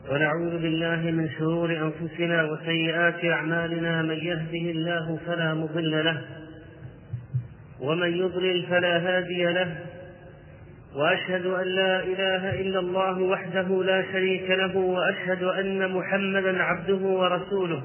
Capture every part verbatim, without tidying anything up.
ونعوذ بالله من شرور أنفسنا وسيئات أعمالنا. من يهده الله فلا مضل له ومن يضلل فلا هادي له، وأشهد أن لا إله إلا الله وحده لا شريك له، وأشهد أن محمدا عبده ورسوله.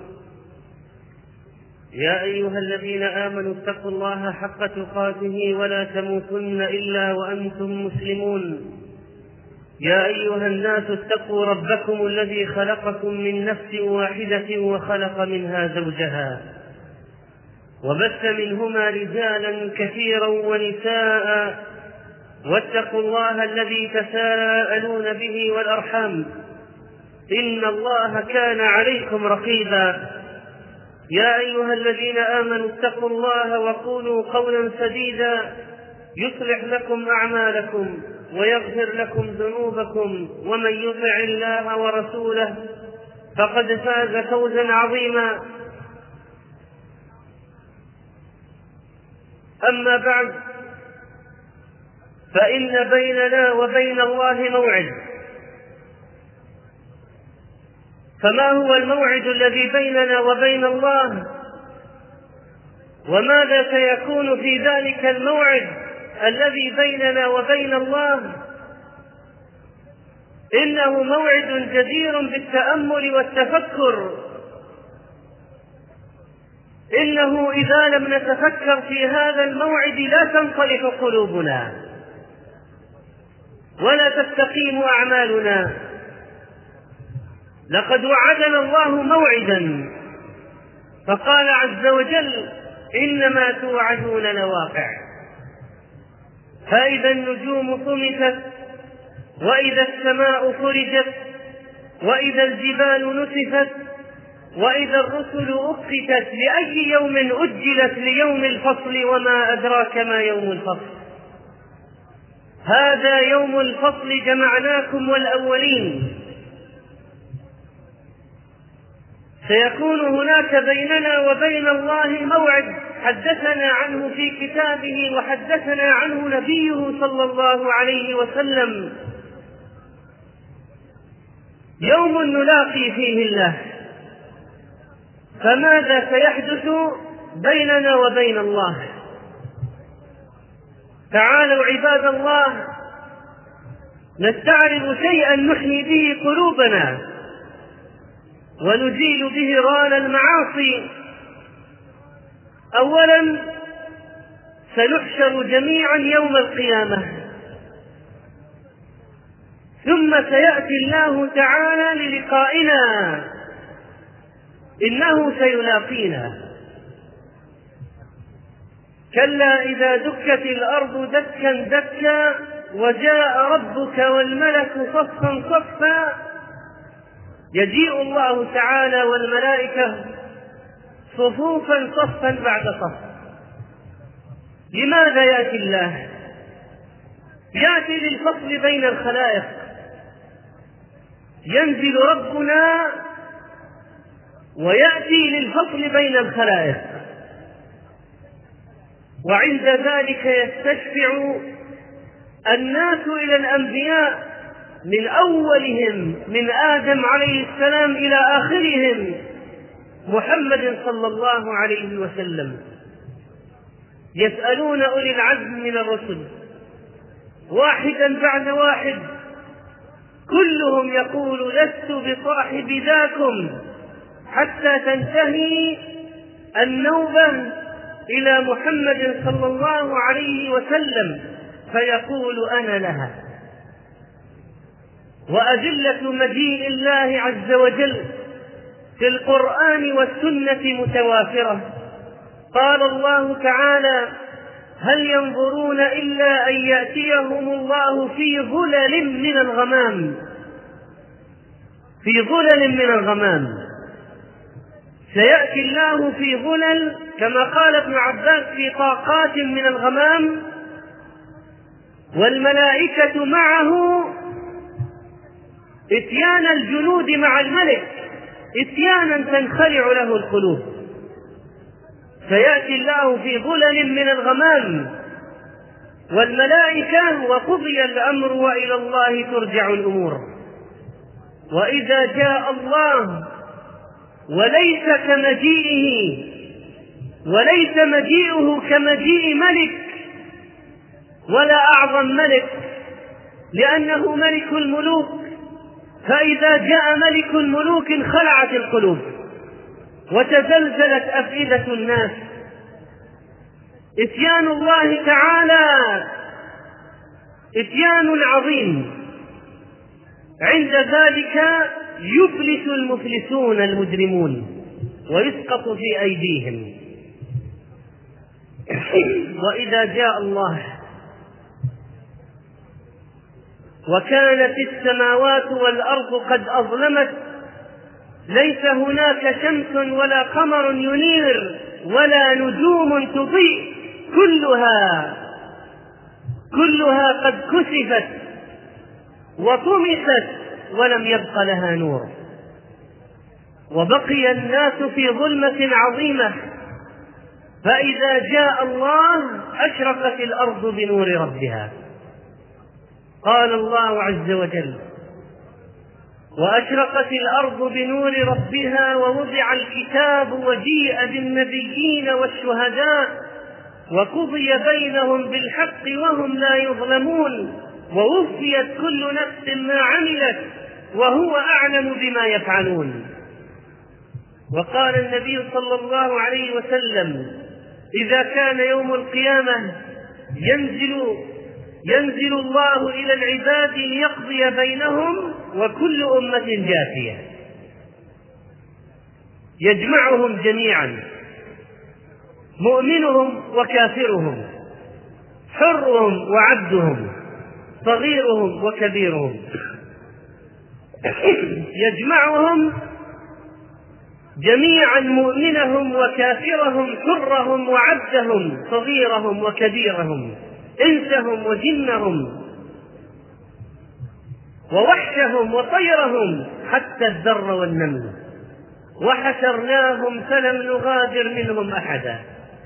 يا أيها الذين آمنوا اتقوا الله حق تقاته ولا تموتن إلا وأنتم مسلمون. يا أيها الناس اتقوا ربكم الذي خلقكم من نفس واحدة وخلق منها زوجها وبث منهما رجالا كثيرا ونساء، واتقوا الله الذي تساءلون به والأرحام، إن الله كان عليكم رقيبا. يا أيها الذين آمنوا اتقوا الله وقولوا قولا سديدا يصلح لكم أعمالكم ويغفر لكم ذنوبكم، ومن يطع الله ورسوله فقد فاز فوزا عظيما. أما بعد، فإن بيننا وبين الله موعد. فما هو الموعد الذي بيننا وبين الله؟ وماذا سيكون في ذلك الموعد الذي بيننا وبين الله؟ إنه موعد جدير بالتأمل والتفكر. إنه إذا لم نتفكر في هذا الموعد لا تنطلق قلوبنا ولا تستقيم أعمالنا. لقد وعدنا الله موعدا، فقال عز وجل: إنما توعدون لواقع. فإذا النجوم طمست، وإذا السماء فرجت، وإذا الجبال نسفت، وإذا الرسل أقتت، لأي يوم أجلت؟ ليوم الفصل. وما أدراك ما يوم الفصل؟ هذا يوم الفصل، جمعناكم والأولين. سيكون هناك بيننا وبين الله موعد حدثنا عنه في كتابه وحدثنا عنه نبيه صلى الله عليه وسلم. يوم نلاقي فيه الله. فماذا سيحدث بيننا وبين الله؟ تعالوا عباد الله نستعرض شيئا نحيي به قلوبنا ونزيل به ران المعاصي. أولا، سنحشر جميعا يوم القيامة، ثم سيأتي الله تعالى للقائنا، إنه سيلاقينا. كلا إذا دكت الأرض دكا دكا وجاء ربك والملك صفا صفا. يجيء الله تعالى والملائكة صفوفا صفا بعد صف. لماذا يأتي الله؟ يأتي للفصل بين الخلائق. ينزل ربنا ويأتي للفصل بين الخلائق، وعند ذلك يستشفع الناس إلى الأنبياء من أولهم من آدم عليه السلام إلى آخرهم محمد صلى الله عليه وسلم. يسألون أولي العزم من الرسل واحدا بعد واحد، كلهم يقول: لست بصاحب ذاكم، حتى تنتهي النوبة إلى محمد صلى الله عليه وسلم فيقول: أنا لها. وأدلة مجيء الله عز وجل في القرآن والسنة متوافرة. قال الله تعالى: هل ينظرون إلا أن يأتيهم الله في ظلل من الغمام. في ظلل من الغمام. سيأتي الله في ظلل كما قال ابن عباس في طاقات من الغمام، والملائكة معه اتيان الجنود مع الملك، اتيانا تنخلع له القلوب. سيأتي الله في ظلل من الغمام والملائكة، وقضي الأمر وإلى الله ترجع الأمور. وإذا جاء الله وليس كمجيئه وليس مجيئه كمجيء ملك ولا أعظم ملك، لأنه ملك الملوك، فإذا جاء ملك الملوك انخلعت القلوب وتزلزلت أفئدة الناس. إتيان الله تعالى إتيان عظيم، عند ذلك يفلس المفلسون المجرمون ويسقط في أيديهم. وإذا جاء الله وكانت السماوات والأرض قد أظلمت، ليس هناك شمس ولا قمر ينير ولا نجوم تضيء، كلها كلها قد كسفت وطمست ولم يبق لها نور، وبقي الناس في ظلمة عظيمة. فإذا جاء الله أشرقت الأرض بنور ربها. قال الله عز وجل: وأشرقت الأرض بنور ربها ووضع الكتاب وجيء بالنبيين والشهداء وقضي بينهم بالحق وهم لا يظلمون ووفيت كل نفس ما عملت وهو أعلم بما يفعلون. وقال النبي صلى الله عليه وسلم: إذا كان يوم القيامة ينزل ينزل الله إلى العباد ليقضي بينهم وكل أمة جاثية، يجمعهم جميعا، مؤمنهم وكافرهم، حرهم وعبدهم، صغيرهم وكبيرهم، يجمعهم جميعا، مؤمنهم وكافرهم، حرهم وعبدهم، صغيرهم وكبيرهم، إنسهم وجنهم، ووحشهم وطيرهم، حتى الذر والنمل، وحشرناهم فلم نغادر منهم أحدا.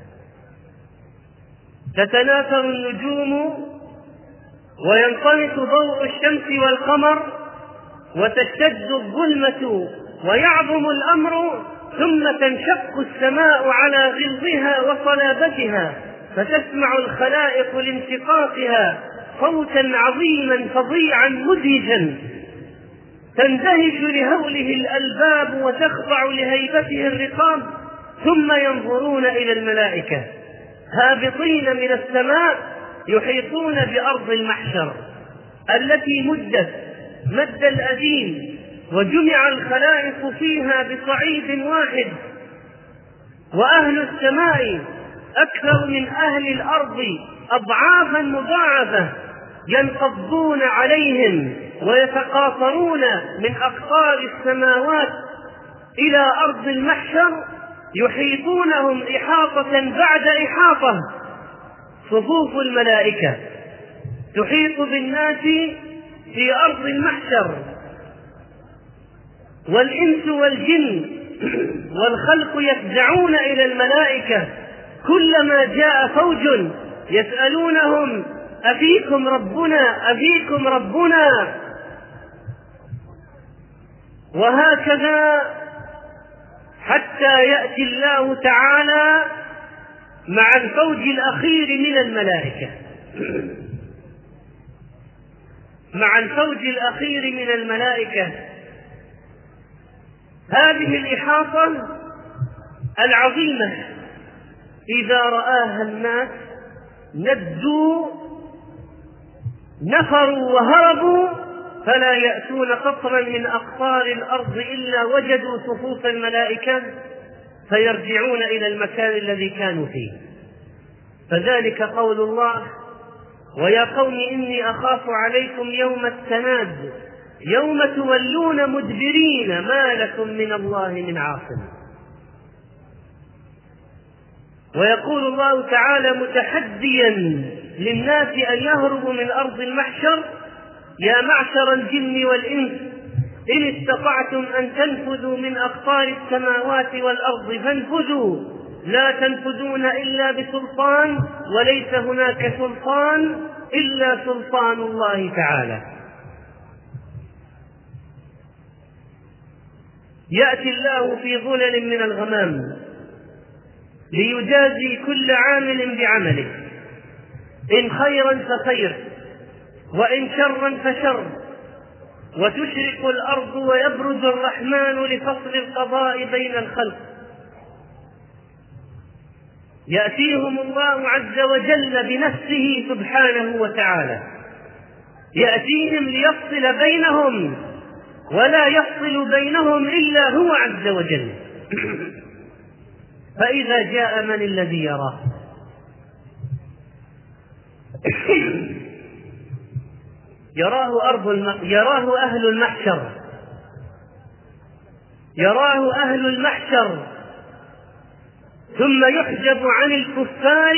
تتناثر النجوم وينطمس ضوء الشمس والقمر وتشتد الظلمة ويعظم الأمر، ثم تنشق السماء على غلظها وصلابتها فتسمع الخلائق لانشقاقها صوتا عظيما فظيعا مدهشا، تندهش لهوله الألباب وتخضع لهيبته الرقاب، ثم ينظرون إلى الملائكة هابطين من السماء يحيطون بأرض المحشر التي مدت مد الأديم، وجمع الخلائق فيها بصعيد واحد، وأهل السماء أكثر من أهل الأرض أضعافا مضاعفة، ينقضون عليهم ويتقاطرون من أقطار السماوات إلى أرض المحشر، يحيطونهم إحاطة بعد إحاطة. صفوف الملائكة تحيط بالناس في أرض المحشر، والإنس والجن والخلق يفزعون إلى الملائكة كلما جاء فوج يسألونهم: أفيكم ربنا أفيكم ربنا. وهكذا حتى يأتي الله تعالى مع الفوج الأخير من الملائكة مع الفوج الأخير من الملائكة هذه الإحاطة العظيمة إذا رآها الناس ندوا نفروا وهربوا، فلا يأتون قطرا من أقطار الأرض إلا وجدوا صفوف الملائكة فيرجعون إلى المكان الذي كانوا فيه. فذلك قول الله: ويا قوم إني أخاف عليكم يوم التناد يوم تولون مدبرين ما لكم من الله من عاصم. ويقول الله تعالى متحديا للناس أن يهربوا من أرض المحشر: يا معشر الجن والإنس إن استطعتم أن تنفذوا من أقطار السماوات والأرض فانفذوا، لا تنفذون إلا بسلطان، وليس هناك سلطان إلا سلطان الله تعالى. يأتي الله في ظلل من الغمام ليجازي كل عامل بعمله، إن خيرا فخير وإن شرا فشر، وتشرق الأرض ويبرز الرحمن لفصل القضاء بين الخلق. يأتيهم الله عز وجل بنفسه سبحانه وتعالى، يأتيهم ليفصل بينهم، ولا يفصل بينهم إلا هو عز وجل. فإذا جاء من الذي يراه؟ يراه أرض الم... يراه أهل المحشر، يراه أهل المحشر، ثم يحجب عن الكفار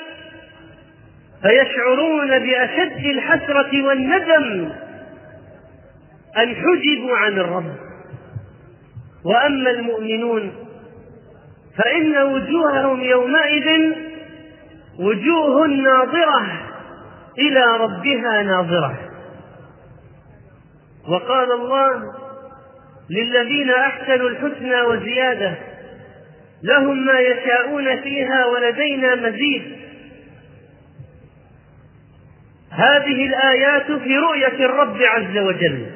فيشعرون بأشد الحسرة والندم أن حجبوا عن الرب. وأما المؤمنون فإن وجوههم يومئذ وجوه ناظرة إلى ربها ناظرة. وقال الله: للذين أحسنوا الحسنى وزيادة، لهم ما يشاءون فيها ولدينا مزيد. هذه الآيات في رؤية الرب عز وجل.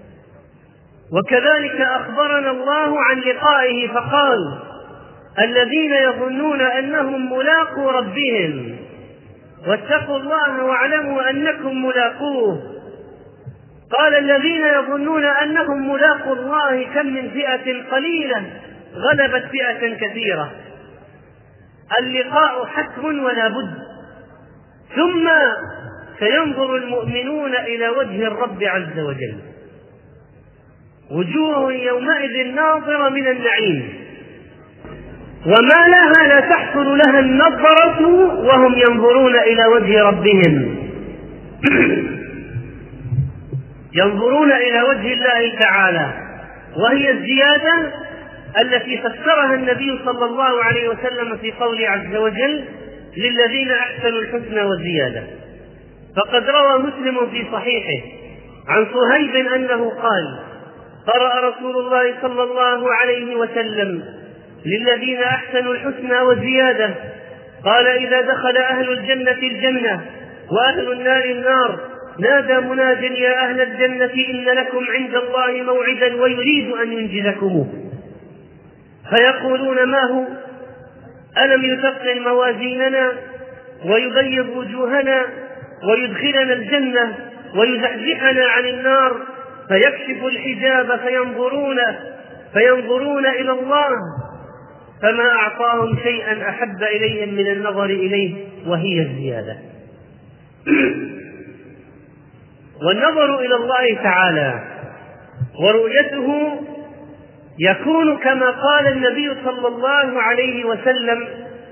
وكذلك أخبرنا الله عن لقائه فقال: الذين يظنون أنهم ملاقو ربهم واتقوا الله واعلموا أنكم ملاقوه. قال: الذين يظنون أنهم ملاقو الله كم من فئة قليلة غلبت فئة كثيرة. اللقاء حتم ولا بد. ثم سينظر المؤمنون إلى وجه الرب عز وجل، وجوه يومئذ ناظرة من النعيم، وما لها لا تحصل لها النظرة وهم ينظرون إلى وجه ربهم. ينظرون إلى وجه الله تعالى، وهي الزيادة التي فسرها النبي صلى الله عليه وسلم في قوله عز وجل: للذين أحسنوا الحسنى والزيادة. فقد روى مسلم في صحيحه عن صهيب أنه قال: قرأ رسول الله صلى الله عليه وسلم: للذين أحسنوا الحسنى والزيادة. قال: إذا دخل أهل الجنة الجنة وأهل النار النار، نادى مناد: يا أهل الجنة إن لكم عند الله موعدا ويريد أن ينجزكموه. فيقولون: ما هو؟ ألم يثقل موازيننا ويبيض وجوهنا ويدخلنا الجنة ويزحزحنا عن النار؟ فيكشف الحجاب فينظرون فينظرون إلى الله، فما أعطاهم شيئا أحب إليهم من النظر إليه، وهي الزيادة. والنظر إلى الله تعالى ورؤيته يكون كما قال النبي صلى الله عليه وسلم: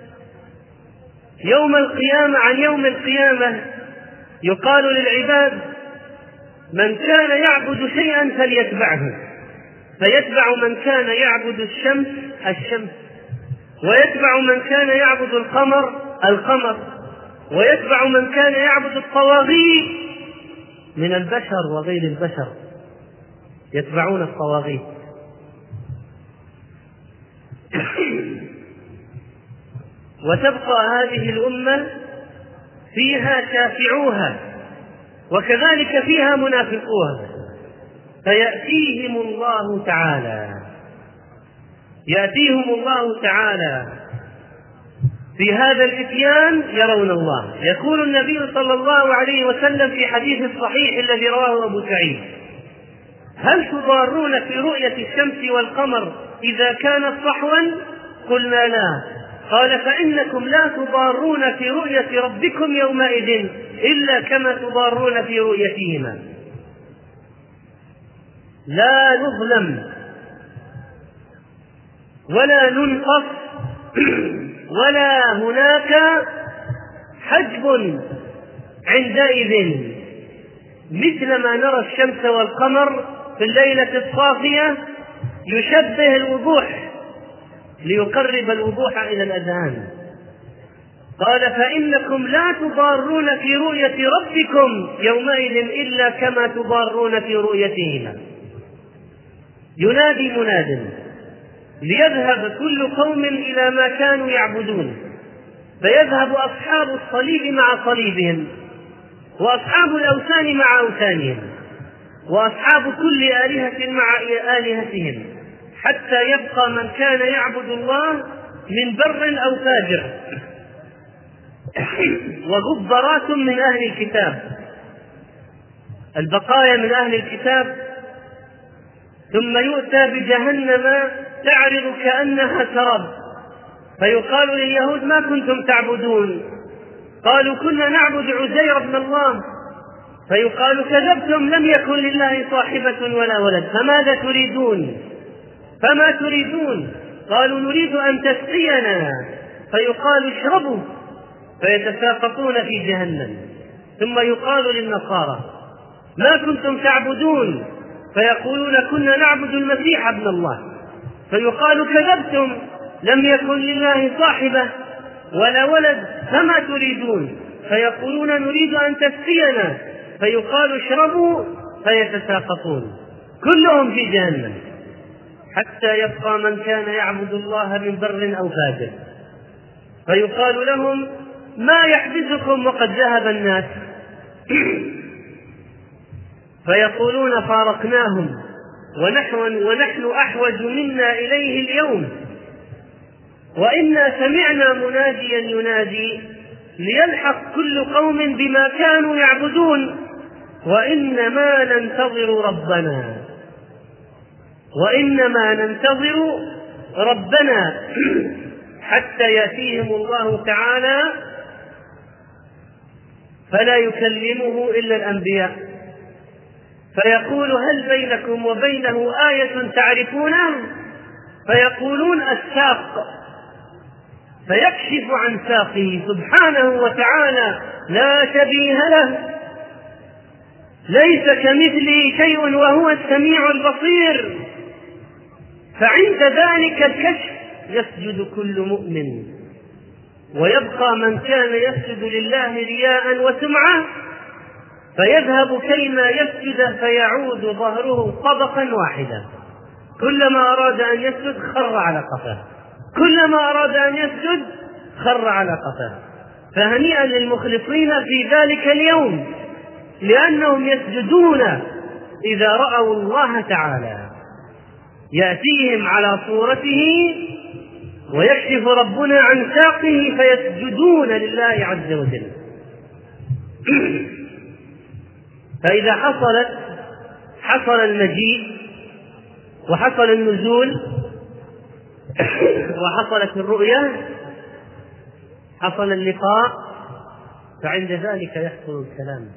يوم القيامة، عن يوم القيامة يقال للعباد: من كان يعبد شيئا فليتبعه، فيتبع من كان يعبد الشمس الشمس، ويتبع من كان يعبد القمر القمر، ويتبع من كان يعبد الطواغيت من البشر وغير البشر، يتبعون الطواغيت. وتبقى هذه الأمة فيها شافعوها وكذلك فيها منافقوها، فيأتيهم الله تعالى يأتيهم الله تعالى في هذا الإتيان يرون الله. يقول النبي صلى الله عليه وسلم في حديث الصحيح الذي رواه أبو سعيد: هل تضارون في رؤية الشمس والقمر إذا كانت صحوا؟ قلنا: لا. قال: فإنكم لا تضارون في رؤية ربكم يومئذ إلا كما تضارون في رؤيتهما. لا نظلم ولا ننقص ولا هناك حجب عندئذ، مثل ما نرى الشمس والقمر في الليلة الصافية يشبه الوضوح ليقرب الوضوح إلى الأذهان. قال: فإنكم لا تضارون في رؤية ربكم يومئذ إلا كما تضارون في رؤيتهما. ينادي مناد ليذهب كل قوم إلى ما كانوا يعبدون، فيذهب أصحاب الصليب مع صليبهم، وأصحاب الأوثان مع أوثانهم، وأصحاب كل آلهة مع آلهتهم، حتى يبقى من كان يعبد الله من بر أو فاجر، وغبرات من أهل الكتاب، البقايا من أهل الكتاب. ثم يؤتى بجهنم تعرض كأنها سراب، فيقال لليهود: ما كنتم تعبدون؟ قالوا: كنا نعبد عزير بن الله. فيقال: كذبتم، لم يكن لله صاحبة ولا ولد، فماذا تريدون؟ فما تريدون؟ قالوا: نريد أن تسقينا. فيقال: اشربوا، فيتساقطون في جهنم. ثم يقال للنصارى: ما كنتم تعبدون؟ فيقولون: كنا نعبد المسيح ابن الله. فيقال: كذبتم، لم يكن لله صاحبة ولا ولد، فما تريدون؟ فيقولون: نريد أن تسقينا. فيقال: اشربوا، فيتساقطون كلهم في جهنم، حتى يبقى من كان يعبد الله من بر أو فاجر. فيقال لهم: ما يحبسكم وقد ذهب الناس؟ فيقولون: فارقناهم ونحن, ونحن أحوج منا إليه اليوم، وإنا سمعنا مناديا ينادي ليلحق كل قوم بما كانوا يعبدون، وإنما ننتظر ربنا وإنما ننتظر ربنا حتى يأتيهم الله تعالى فلا يكلمه إلا الأنبياء، فيقول: هل بينكم وبينه آية تعرفونه؟ فيقولون: الساق. فيكشف عن ساقه سبحانه وتعالى لا شبيه له، ليس كمثله شيء وهو السميع البصير. فعند ذلك الكشف يسجد كل مؤمن، ويبقى من كان يسجد لله رياء وسمعة، فيذهب كيما يسجد فيعود ظهره طبقا واحدا، كلما أراد أن يسجد خر على قفاه، كلما أراد أن يسجد خر على قفاه. فهنيئا للمخلصين في ذلك اليوم، لأنهم يسجدون إذا رأوا الله تعالى يأتيهم على صورته، ويكشف ربنا عن ساقه فيسجدون لله عز وجل. فإذا حصلت حصل المجيء وحصل النزول وحصلت الرؤية، حصل اللقاء، فعند ذلك يحصل الكلام،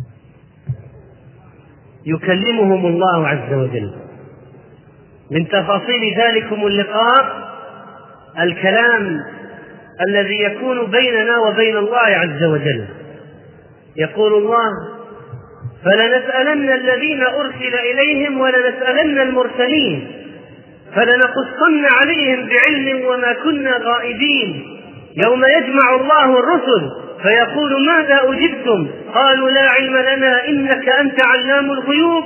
يكلمهم الله عز وجل. من تفاصيل ذلكم اللقاء الكلام الذي يكون بيننا وبين الله عز وجل. يقول الله: فلنسألن الذين أرسل إليهم ولنسألن المرسلين فلنقصن عليهم بعلم وما كنا غائبين يوم يجمع الله الرسل فيقول: ماذا أجبتم؟ قالوا: لا علم لنا إنك أنت علام الغيوب.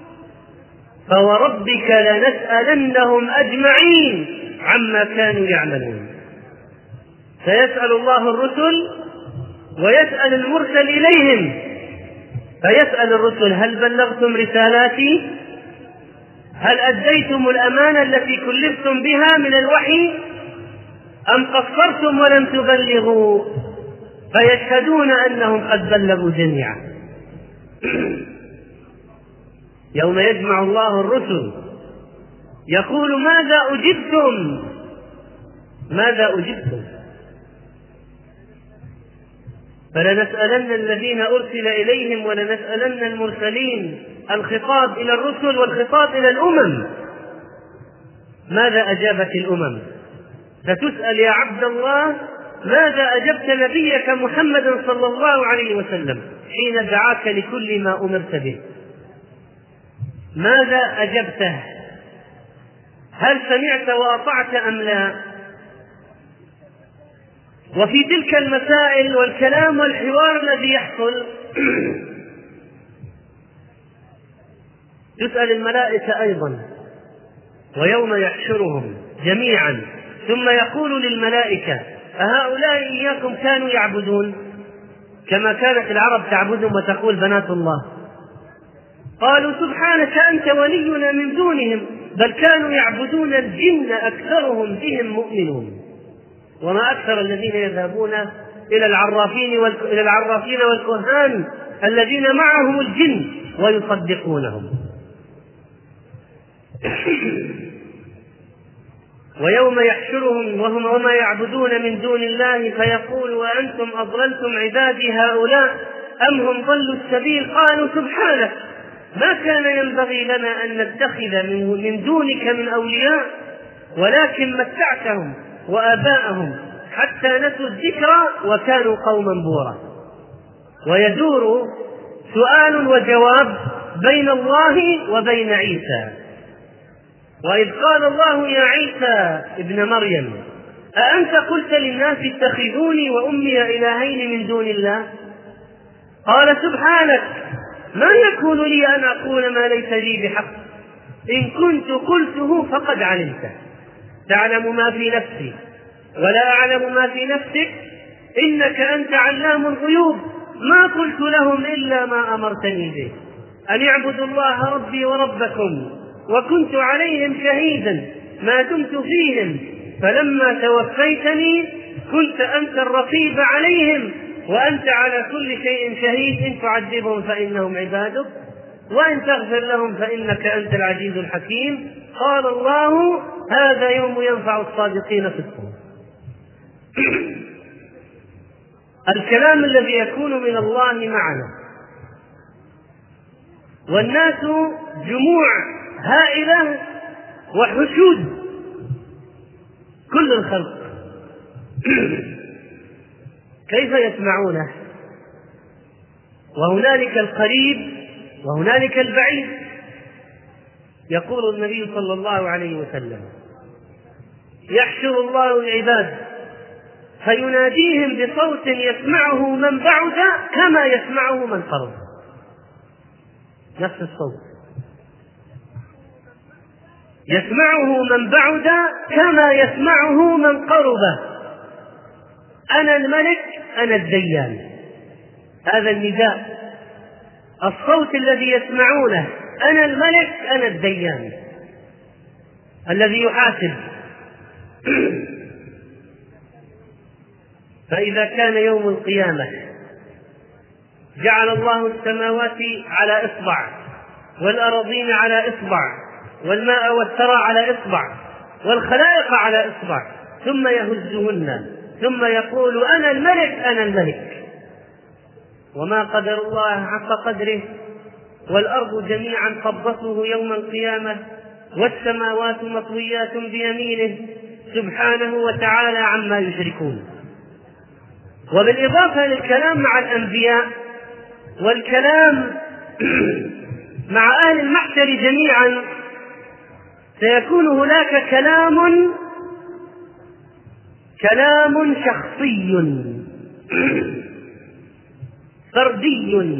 فوربك لنسألنهم أجمعين عما كانوا يعملون. فيسأل الله الرسل ويسأل المرسل إليهم، فيسأل الرسل: هل بلغتم رسالاتي؟ هل أديتم الأمانة التي كلفتم بها من الوحي؟ أم قصرتم ولم تبلغوا؟ فيشهدون أنهم قد بلغوا جميعا. يوم يجمع الله الرسل يقول: ماذا أجبتم؟ ماذا أجبتم؟ فلنسألن الذين أرسل إليهم ولنسألن المرسلين. الخطاب إلى الرسل والخطاب إلى الأمم. ماذا أجابت الأمم؟ فتسأل يا عبد الله: ماذا أجبت نبيك محمد صلى الله عليه وسلم حين دعاك لكل ما أمرت به؟ ماذا أجبته؟ هل سمعت وأطعت أم لا؟ وفي تلك المسائل والكلام والحوار الذي يحصل تسأل الملائكة أيضا: ويوم يحشرهم جميعا ثم يقول للملائكة أهؤلاء إياكم كانوا يعبدون، كما كانت العرب تعبدهم وتقول بنات الله؟ قالوا سبحانك أنت ولينا من دونهم بل كانوا يعبدون الجن أكثرهم بهم مؤمنون. وما أكثر الذين يذهبون إلى العرافين إلى العرافين والكهان الذين معهم الجن ويصدقونهم. ويوم يحشرهم وهم وما يعبدون من دون الله فيقول وأنتم أضللتم عبادي هؤلاء أم هم ضلوا السبيل؟ قالوا سبحانك ما كان ينبغي لنا أن نتخذ من دونك من أولياء ولكن متعتهم وآباءهم حتى نسوا الذكر وكانوا قوما بورا. ويدور سؤال وجواب بين الله وبين عيسى. وإذ قال الله يا عيسى ابن مريم أأنت قلت للناس اتخذوني وأمي إلهين من دون الله؟ قال سبحانك ما يكون لي أن أقول ما ليس لي بحق إن كنت قلته فقد علمته تعلم ما في نفسي ولا أعلم ما في نفسك إنك أنت علام الغيوب ما قلت لهم إلا ما أمرتني به أن اعبدوا الله ربي وربكم وكنت عليهم شهيدا ما دمت فيهم فلما توفيتني كنت أنت الرقيب عليهم وأنت على كل شيء شهيد إن تعذبهم فإنهم عبادك وإن تغفر لهم فإنك أنت العزيز الحكيم. قال الله هذا يوم ينفع الصادقين صدقهم. الكلام الذي يكون من الله معنا والناس جموع هائلة وحشود كل الخلق كيف يسمعونه؟ وهنالك القريب وهنالك البعيد. يقول النبي صلى الله عليه وسلم يحشر الله العباد فيناديهم بصوت يسمعه من بعد كما يسمعه من قرب، نفس الصوت يسمعه من بعد كما يسمعه من قرب. أنا الملك أنا الديان، هذا النداء الصوت الذي يسمعونه أنا الملك أنا الديان الذي يحاسب. فإذا كان يوم القيامة جعل الله السماوات على إصبع والأراضين على إصبع والماء والثرى على إصبع والخلائق على إصبع ثم يهزهن ثم يقول أنا الملك أنا الملك وما قدر الله حق قدره والأرض جميعا قبضته يوم القيامة والسماوات مطويات بيمينه سبحانه وتعالى عما يشركون. وبالإضافة للكلام مع الأنبياء والكلام مع أهل المحشر جميعا سيكون هناك كلام كلام شخصي فردي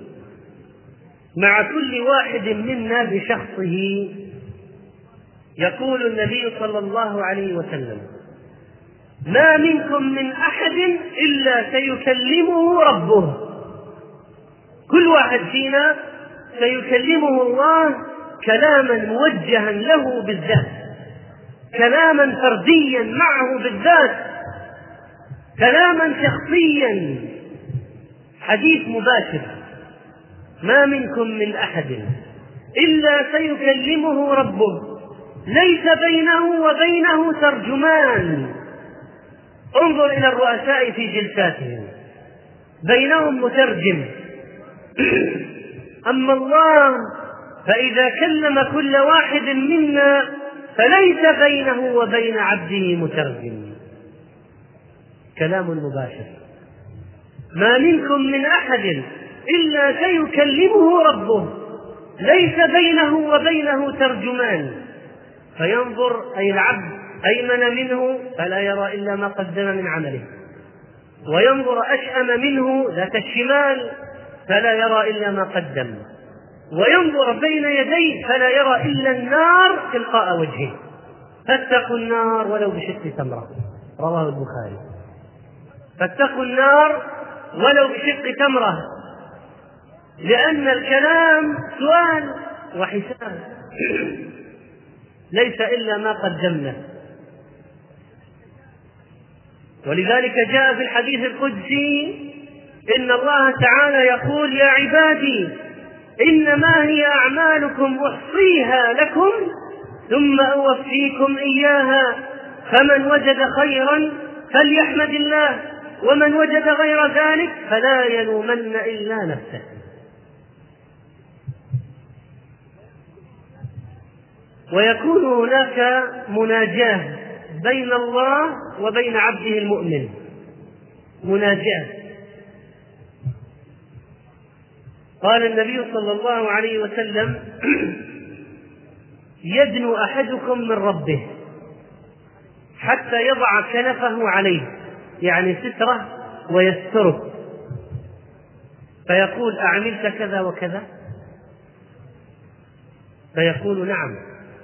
مع كل واحد منا بشخصه. يقول النبي صلى الله عليه وسلم ما منكم من أحد إلا سيكلمه ربه، كل واحد فينا سيكلمه الله كلاما موجها له بالذات، كلاما فرديا معه بالذات، كلاما شخصيا، حديث مباشر. ما منكم من أحد إلا سيكلمه ربه ليس بينه وبينه ترجمان. انظر إلى الرؤساء في جلساتهم بينهم مترجم. أما الله فإذا كلم كل واحد منا فليس بينه وبين عبده مترجم، كلام مباشر. ما منكم من أحد إلا سيكلمه ربه ليس بينه وبينه ترجمان. فينظر أي العبد أيمن منه فلا يرى إلا ما قدم من عمله، وينظر أشأم منه ذات الشمال فلا يرى إلا ما قدم، وينظر بين يديه فلا يرى إلا النار تلقاء وجهه. فاتقوا النار ولو بشق تمرة، رواه البخاري. فاتقوا النار ولو بشق تمرة، لأن الكلام سؤال وحساب، ليس إلا ما قدمنا. ولذلك جاء في الحديث القدسي إن الله تعالى يقول: يا عبادي إنما هي أعمالكم أحصيها لكم ثم أوفيكم إياها، فمن وجد خيرا فليحمد الله، ومن وجد غير ذلك فلا يلومن إلا نفسه. ويكون هناك مناجاة بين الله وبين عبده المؤمن، مناجاة. قال النبي صلى الله عليه وسلم: يدنو أحدكم من ربه حتى يضع كنفه عليه، يعني ستره ويستره، فيقول: أعملت كذا وكذا؟ فيقول: نعم.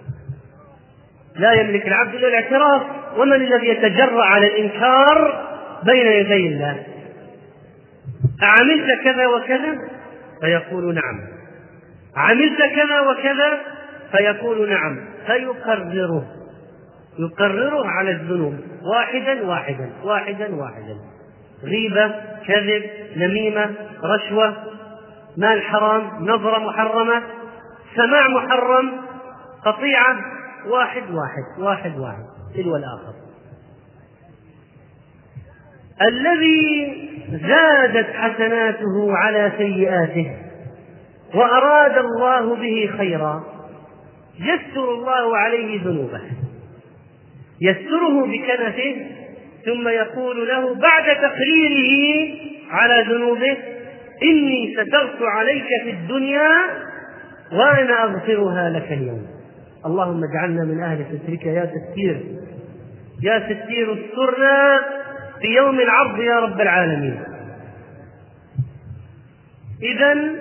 لا يملك العبد إلا الاعتراف، ومن الذي يتجرأ على الإنكار بين يدي الله؟ أعملت كذا وكذا؟ فيقول: نعم. عملت كذا وكذا؟ فيقول: نعم. فيقرره، يقرره على الذنوب واحدا واحدا واحدا واحدا: غيبة، كذب، نميمة، رشوة، مال حرام، نظرة محرمة، سماع محرم، قطيعة، واحد واحد واحد واحد تلو الآخر. الذي زادت حسناته على سيئاته وأراد الله به خيرا يستر الله عليه ذنوبه، يستره بكنفه، ثم يقول له بعد تقريره على ذنوبه: إني سترت عليك في الدنيا وأنا أغفرها لك اليوم. اللهم اجعلنا من أهل سترك يا ستير، يا ستير استرنا في يوم العرض يا رب العالمين. إذن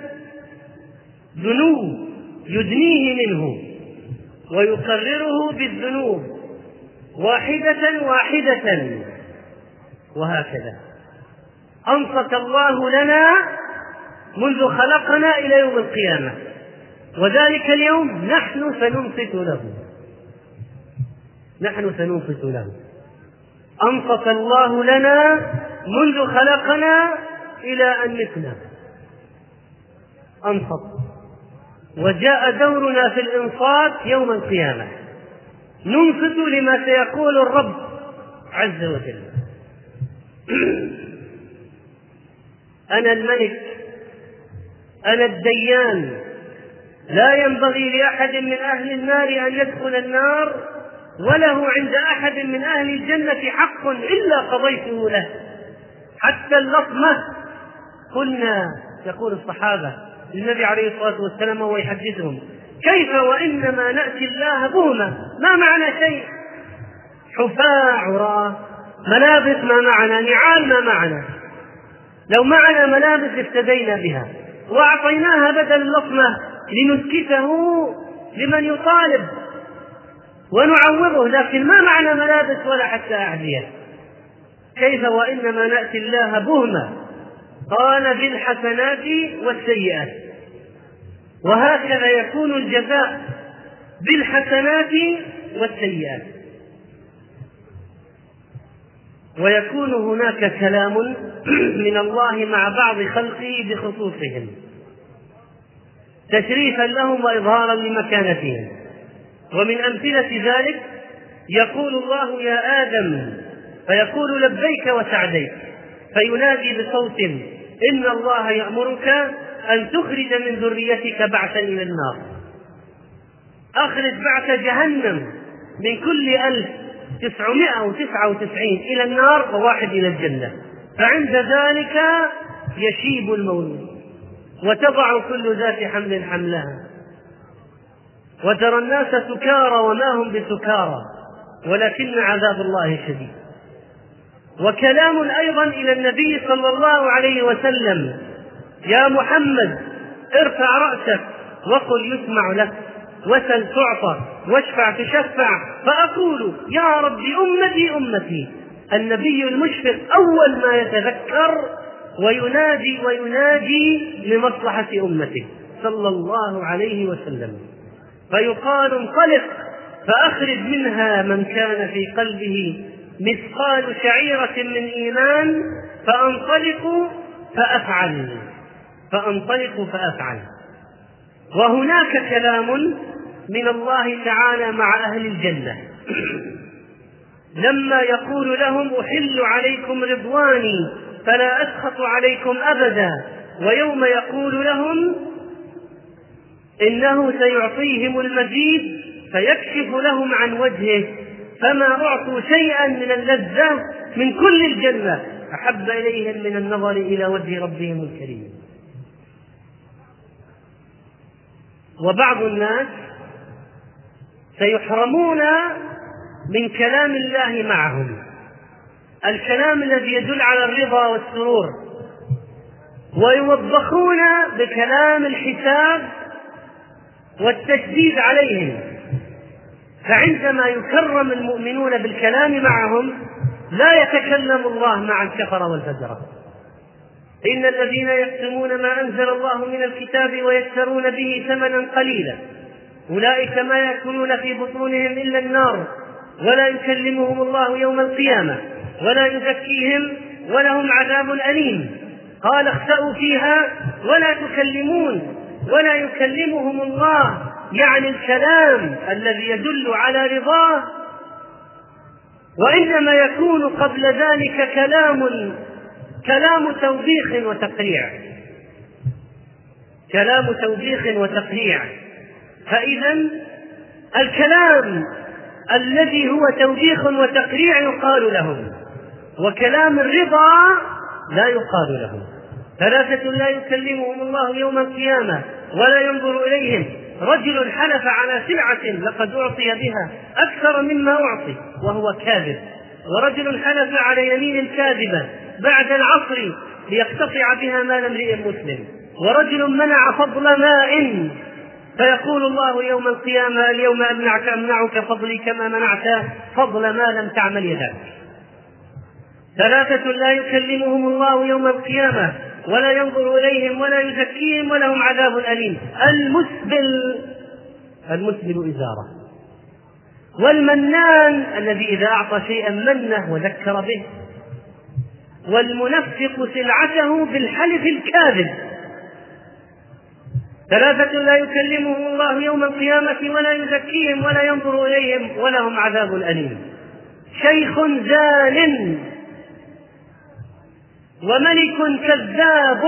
ذنوب يدنيه منه ويقرره بالذنوب واحدة واحدة، وهكذا أنصت الله لنا منذ خلقنا إلى يوم القيامة، وذلك اليوم نحن سننصت له، نحن سننصت له. أنصت الله لنا منذ خلقنا إلى أن متنا، أنصت. وجاء دورنا في الإنصات يوم القيامة، ننصت لما سيقول الرب عز وجل: أنا الملك، أنا الديان، لا ينبغي لأحد من أهل النار أن يدخل النار، وله عند أحد من أهل الجنة حق إلا قضيته له، حتى اللطمة. قلنا، يقول الصحابة للنبي عليه الصلاة والسلام وهو يحدثهم: كيف وإنما نأتي الله بهمة؟ ما معنى شيء؟ حفاة عراة، ملابس ما معنا، نعال ما معنا. لو معنا ملابس افتدينا بها وأعطيناها بدل اللطمة لنسكته لمن يطالب ونعوضه، لكن ما معنا ملابس ولا حتى أحذية. كيف وإنما نأتي الله بهمة؟ قال: بالحسنات والسيئات. وهكذا يكون الجزاء، بالحسنات والسيئات. ويكون هناك كلام من الله مع بعض خلقه بخصوصهم تشريفا لهم وإظهارا لمكانتهم. ومن أمثلة ذلك يقول الله: يا آدم، فيقول: لبيك وسعديك، فينادي بصوت: إن الله يأمرك أن تخرج من ذريتك بعثا إلى النار، أخرج بعث جهنم من كل ألف تسعمائة وتسعة وتسعين إلى النار وواحد إلى الجنة. فعند ذلك يشيب المولود وتضع كل ذات حمل حملها، وترى الناس سكارى وما هم بسكارى ولكن عذاب الله شديد. وكلام أيضا إلى النبي صلى الله عليه وسلم: يا محمد، ارفع رأسك وقل يسمع لك، وسل تعطى، واشفع تشفع. فأقول يا رب أمتي أمتي. النبي المشفق أول ما يتذكر وينادي وينادي لمصلحة أمته صلى الله عليه وسلم، فيقال انطلق فأخرج منها من كان في قلبه مثقال شعيرة من إيمان فأنطلق فأفعل فأنطلق فأفعل. وهناك كلام من الله تعالى مع أهل الجنة لما يقول لهم أحل عليكم رضواني فلا أسخط عليكم أبدا، ويوم يقول لهم إنه سيعطيهم المزيد فيكشف لهم عن وجهه فما أعطوا شيئا من اللذة من كل الجنة أحب إليهم من النظر إلى وجه ربهم الكريم. وبعض الناس سيحرمون من كلام الله معهم، الكلام الذي يدل على الرضا والسرور، ويوبخون بكلام الحساب والتشديد عليهم. فعندما يكرم المؤمنون بالكلام معهم لا يتكلم الله مع الكفر والفجرة. إن الذين يكتمون ما أنزل الله من الكتاب ويشترون به ثمنا قليلا أولئك ما يأكلون في بطونهم إلا النار ولا يكلمهم الله يوم القيامة ولا يزكيهم ولهم عذاب أليم. قال اخسأوا فيها ولا تكلمون ولا يكلمهم الله، يعني الكلام الذي يدل على رضاه، وإنما يكون قبل ذلك كلام كلام توبيخ وتقريع كلام توبيخ وتقريع. فإذا الكلام الذي هو توبيخ وتقريع يقال لهم، وكلام الرضا لا يقال لهم. ثلاثة لا يكلمهم الله يوم القيامة ولا ينظر إليهم: رجل حلف على سلعة لقد أعطي بها أكثر مما أعطي وهو كاذب، ورجل حلف على يمين كاذبة بعد العصر ليقتطع بها مال امرئ مسلم، ورجل منع فضل ماء فيقول الله يوم القيامة: اليوم أمنعك أمنعك فضلي كما منعت فضل ما لم تعمل يداك. ثلاثة لا يكلمهم الله يوم القيامة ولا ينظر إليهم ولا يزكيهم ولهم عذاب أليم: المسبل المسبل إزاره، والمنان الذي إذا أعطى شيئا منه وذكر به، والمنفق سلعته بالحلف الكاذب. ثلاثة لا يكلمهم الله يوم القيامة ولا يزكيهم ولا ينظر إليهم ولهم عذاب أليم: شيخ زان، وملك كذاب،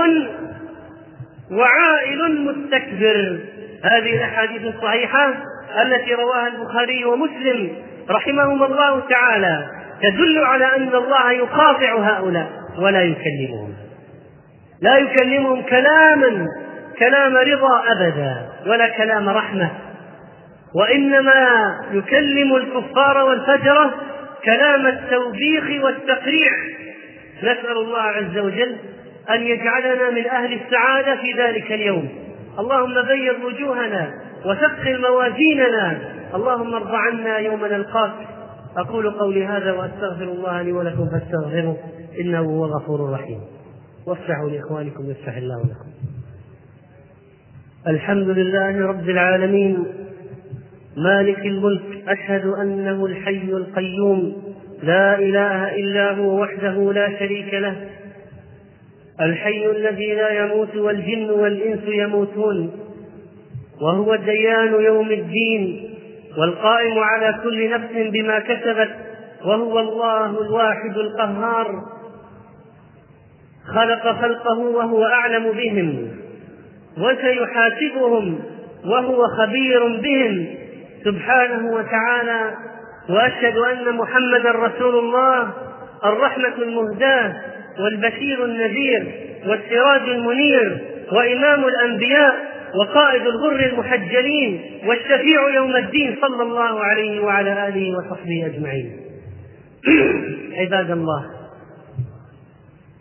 وعائل مستكبر. هذه الأحاديث الصحيحة التي رواها البخاري ومسلم رحمهما الله تعالى تدل على أن الله يقاطع هؤلاء ولا يكلمهم، لا يكلمهم كلاما كلام رضا أبدا ولا كلام رحمة، وإنما يكلم الكفار والفجرة كلام التوبيخ والتقريع. نسأل الله عز وجل أن يجعلنا من أهل السعادة في ذلك اليوم. اللهم بيض وجوهنا وثقل موازيننا، اللهم ارض عنا يوم نلقاك. أقول قولي هذا وأستغفر الله لي ولكم فاستغفروه إنه هو الغفور الرحيم. وافتحوا لإخوانكم يفتح الله لكم. الحمد لله رب العالمين مالك الملك، أشهد أنه الحي القيوم لا إله إلا هو وحده لا شريك له، الحي الذي لا يموت والجن والإنس يموتون، وهو الديان يوم الدين والقائم على كل نفس بما كسبت، وهو الله الواحد القهار. خلق خلقه وهو أعلم بهم وسيحاسبهم وهو خبير بهم سبحانه وتعالى. وأشهد أن محمدا رسول الله، الرحمة المهداة والبشير النذير والسراج المنير وإمام الأنبياء وقائد الغر المحجلين والشفيع يوم الدين، صلى الله عليه وعلى آله وصحبه أجمعين. عباد الله،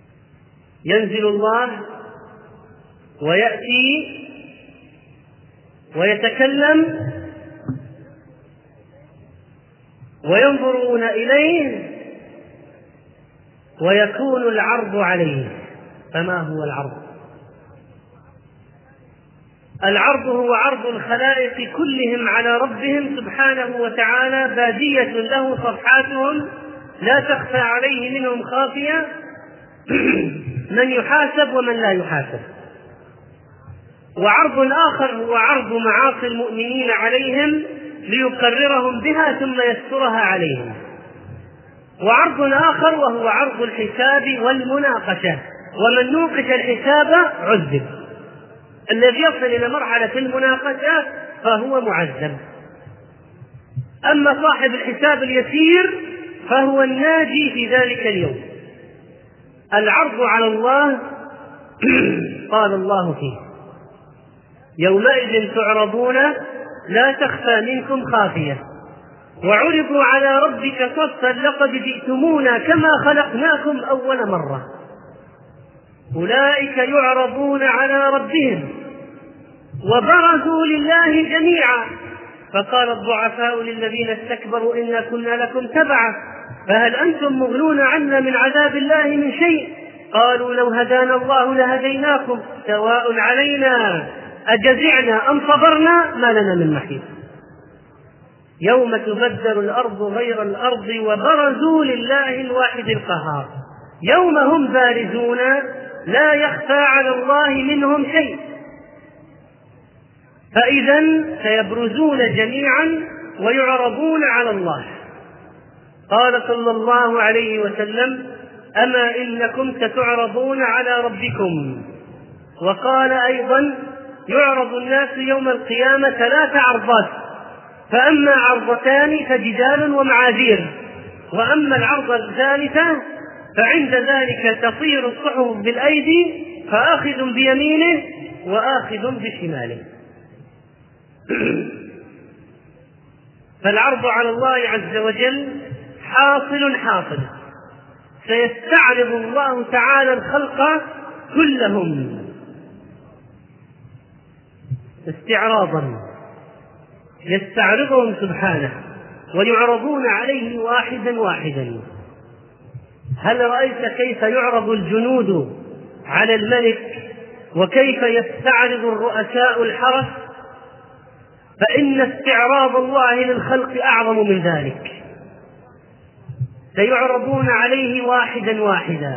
ينزل الله ويأتي ويتكلم وينظرون إليه ويكون العرض عليه. فما هو العرض؟ العرض هو عرض الخلائق كلهم على ربهم سبحانه وتعالى، بادية له صفحاتهم لا تخفى عليه منهم خافية، من يحاسب ومن لا يحاسب. وعرض آخر هو عرض معاصي المؤمنين عليهم ليقررهم بها ثم يسترها عليهم. وعرض آخر وهو عرض الحساب والمناقشة، ومن نوقش الحساب عذب. الذي يصل إلى مرحلة المناقشة فهو معذب. أما صاحب الحساب اليسير فهو الناجي في ذلك اليوم. العرض على الله قال الله فيه: يومئذ تعرضون لا تخفى منكم خافية وعرضوا على ربك صفا لقد جئتمونا كما خلقناكم أول مرة. أولئك يعرضون على ربهم وبرزوا لله جميعا فقال الضعفاء للذين استكبروا إنا كنا لكم تبعا فهل أنتم مغنون عنا من عذاب الله من شيء؟ قالوا لو هدانا الله لهديناكم سواء علينا أجزعنا أم صبرنا ما لنا من محيص. يوم تبدل الأرض غير الأرض وبرزوا لله الواحد القهار يوم هم بارزون لا يخفى على الله منهم شيء. فإذا سيبرزون جميعا ويعرضون على الله. قال صلى الله عليه وسلم: أما إنكم ستعرضون على ربكم. وقال أيضا: يعرض الناس يوم القيامة ثلاث عرضات، فأما عرضتان فجدال ومعاذير، وأما العرضة الثالثة فعند ذلك تطير الصحف بالأيدي فآخذ بيمينه وآخذ بشماله. فالعرض على الله عز وجل حاصل حاصل، سيستعرض الله تعالى الخلق كلهم استعراضا، يستعرضهم سبحانه ويعرضون عليه واحدا واحدا. هل رأيت كيف يعرض الجنود على الملك وكيف يستعرض الرؤساء الحرس؟ فإن استعراض الله للخلق أعظم من ذلك. سيعرضون عليه واحدا واحدا.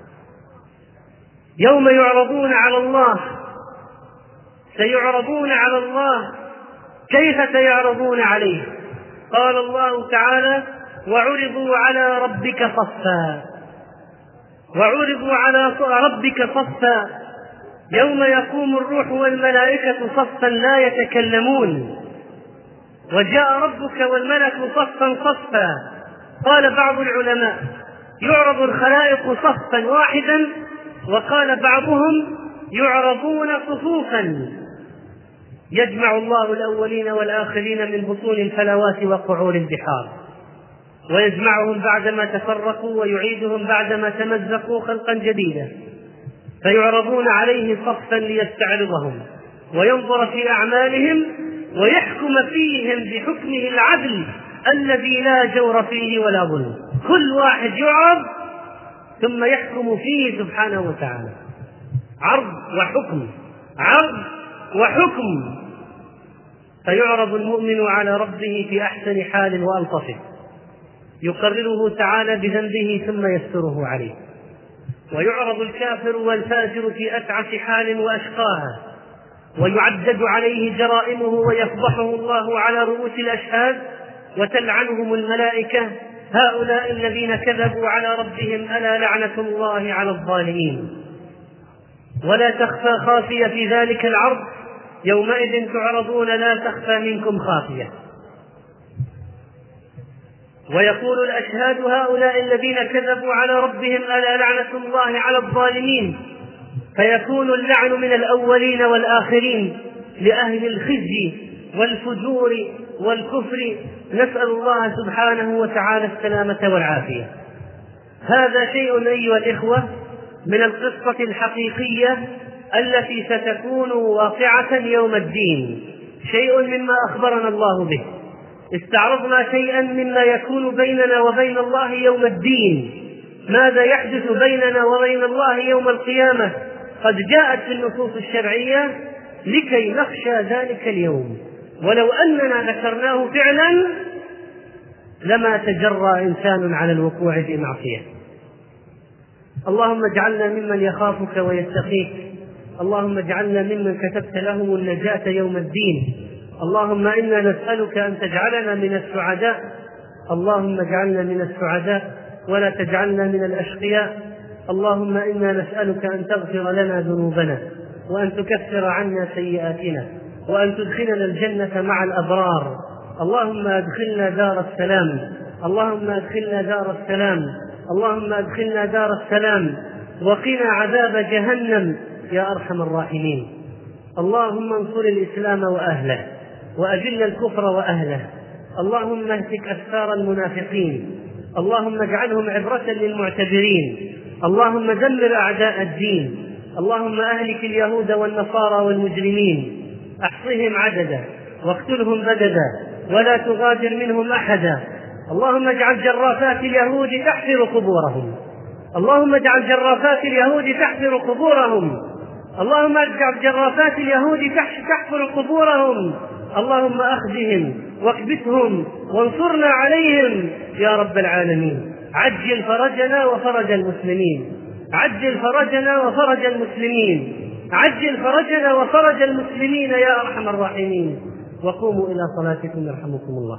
يوم يعرضون على الله سيعرضون على الله. كيف سيعرضون عليه؟ قال الله تعالى: وعرضوا على ربك صفا وعرضوا على ربك صفا يوم يقوم الروح والملائكة صفا لا يتكلمون وجاء ربك والملك صفا صفا. قال بعض العلماء: يعرض الخلائق صفا واحدا، وقال بعضهم: يعرضون صفوفا. يجمع الله الأولين والآخرين من بطون الفلوات وقعور البحار، ويجمعهم بعدما تفرقوا ويعيدهم بعدما تمزقوا خلقا جديدا، فيعرضون عليه صفا ليستعرضهم وينظر في أعمالهم ويحكم فيهم بحكمه العدل الذي لا جور فيه ولا ظلم. كل واحد يعرض ثم يحكم فيه سبحانه وتعالى. عرض وحكم، عرض وحكم. فيعرض المؤمن على ربه في أحسن حال وألطفه، يقرره تعالى بذنبه ثم يستره عليه. ويعرض الكافر والفاجر في أتعس حال وأشقاها، ويعدد عليه جرائمه ويفضحه الله على رؤوس الأشهاد وتلعنهم الملائكة: هؤلاء الذين كذبوا على ربهم ألا لعنة الله على الظالمين. ولا تخفى خافية في ذلك العرض. يومئذ تعرضون لا تخفى منكم خافية. ويقول الأشهاد: هؤلاء الذين كذبوا على ربهم ألا لعنة الله على الظالمين. فيكون اللعن من الأولين والآخرين لأهل الخزي والفجور والكفر. نسأل الله سبحانه وتعالى السلامة والعافية. هذا شيء أيها الإخوة من القصة الحقيقية التي ستكون واقعة يوم الدين، شيء مما أخبرنا الله به، استعرضنا شيئا مما يكون بيننا وبين الله يوم الدين، ماذا يحدث بيننا وبين الله يوم القيامة، قد جاءت في النصوص الشرعية لكي نخشى ذلك اليوم، ولو أننا ذكرناه فعلا لما تجرأ إنسان على الوقوع في معصية. اللهم اجعلنا ممن يخافك ويتقيك، اللهم اجعلنا ممن كتبت لهم النجاة يوم الدين، اللهم إنا نسألك أن تجعلنا من السعداء، اللهم اجعلنا من السعداء ولا تجعلنا من الأشقياء، اللهم إنا نسألك أن تغفر لنا ذنوبنا وأن تكفر عنا سيئاتنا وأن تدخلنا الجنة مع الأبرار، اللهم أدخلنا دار السلام، اللهم أدخلنا دار السلام، اللهم أدخلنا دار السلام وقنا عذاب جهنم يا أرحم الراحمين. اللهم انصر الإسلام وأهله وأذل الكفر وأهله، اللهم اهتك أفكار المنافقين، اللهم اجعلهم عبرة للمعتبرين، اللهم دمر أعداء الدين، اللهم أهلك اليهود والنصارى والمجرمين، احصهم عددا واقتلهم بددا ولا تغادر منهم أحدا، اللهم اجعل جرافات اليهود تحفر قبورهم، اللهم اجعل جرافات اليهود تحفر قبورهم، اللهم اجعل جرافات اليهود تحفر قبورهم، اللهم أخذهم واكبتهم وانصرنا عليهم يا رب العالمين. عجل فرجنا وفرج المسلمين، عجل فرجنا وفرج المسلمين، عجل فرجنا وفرج المسلمين يا أرحم الراحمين. وقوموا إلى صلاتكم يرحمكم الله.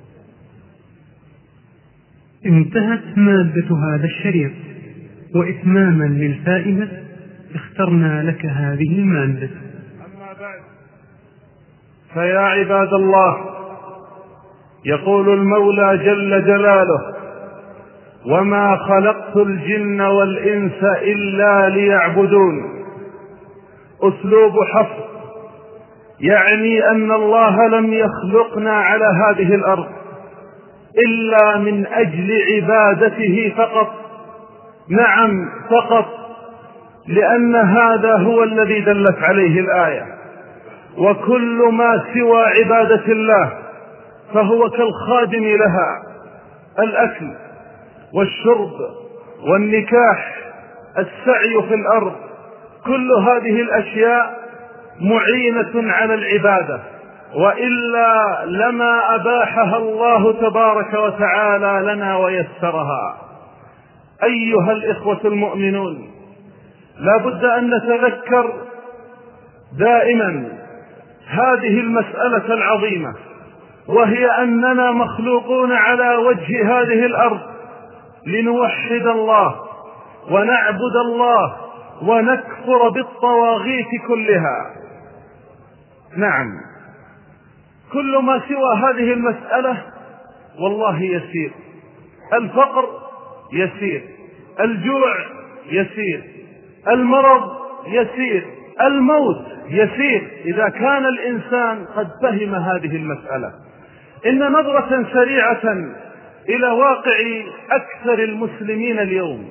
انتهت مادة هذا الشريط، وإتماما للفائدة اخترنا لك هذه المادة. أما بعد، فيا عباد الله، يقول المولى جل جلاله: وما خلقت الجن والإنس إلا ليعبدون. أسلوب حصر، يعني أن الله لم يخلقنا على هذه الأرض إلا من أجل عبادته فقط. نعم فقط، لأن هذا هو الذي دلت عليه الآية. وكل ما سوى عبادة الله فهو كالخادم لها، الأكل والشرب والنكاح، السعي في الأرض، كل هذه الأشياء معينة على العبادة، وإلا لما أباحها الله تبارك وتعالى لنا ويسرها. أيها الإخوة المؤمنون، لا بد أن نتذكر دائما هذه المسألة العظيمة، وهي أننا مخلوقون على وجه هذه الأرض لنوحد الله ونعبد الله ونكفر بالطواغيت كلها. نعم، كل ما سوى هذه المسألة والله يسير. الفقر يسير، الجوع يسير، المرض يسير، الموت يسير، إذا كان الإنسان قد فهم هذه المسألة. إن نظرة سريعة إلى واقع أكثر المسلمين اليوم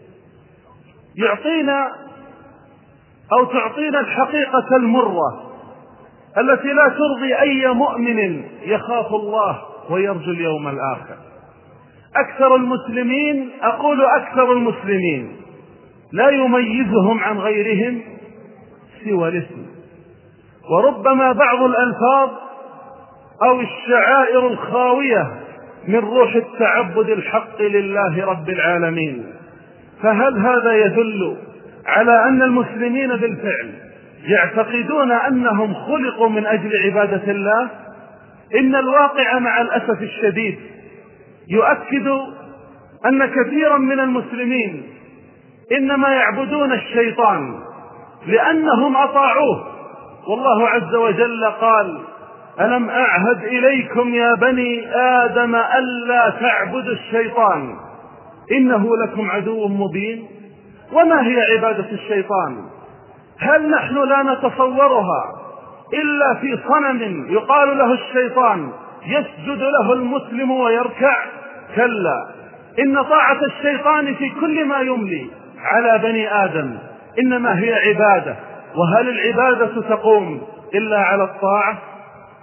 يعطينا أو تعطينا الحقيقة المرة التي لا ترضي أي مؤمن يخاف الله ويرجو اليوم الآخر. أكثر المسلمين، أقول أكثر المسلمين، لا يميزهم عن غيرهم سوى الاسم، وربما بعض الألفاظ أو الشعائر الخاوية من روح التعبد الحق لله رب العالمين. فهل هذا يدل على أن المسلمين بالفعل يعتقدون أنهم خلقوا من أجل عبادة الله؟ إن الواقع مع الأسف الشديد يؤكد أن كثيرا من المسلمين إنما يعبدون الشيطان لأنهم أطاعوه. والله عز وجل قال: ألم أعهد إليكم يا بني آدم ألا تعبدوا الشيطان إنه لكم عدو مبين. وما هي عبادة الشيطان؟ هل نحن لا نتصورها إلا في صنم يقال له الشيطان يسجد له المسلم ويركع؟ كلا، إن طاعة الشيطان في كل ما يملي على بني آدم إنما هي عبادة. وهل العبادة تقوم إلا على الطاعة؟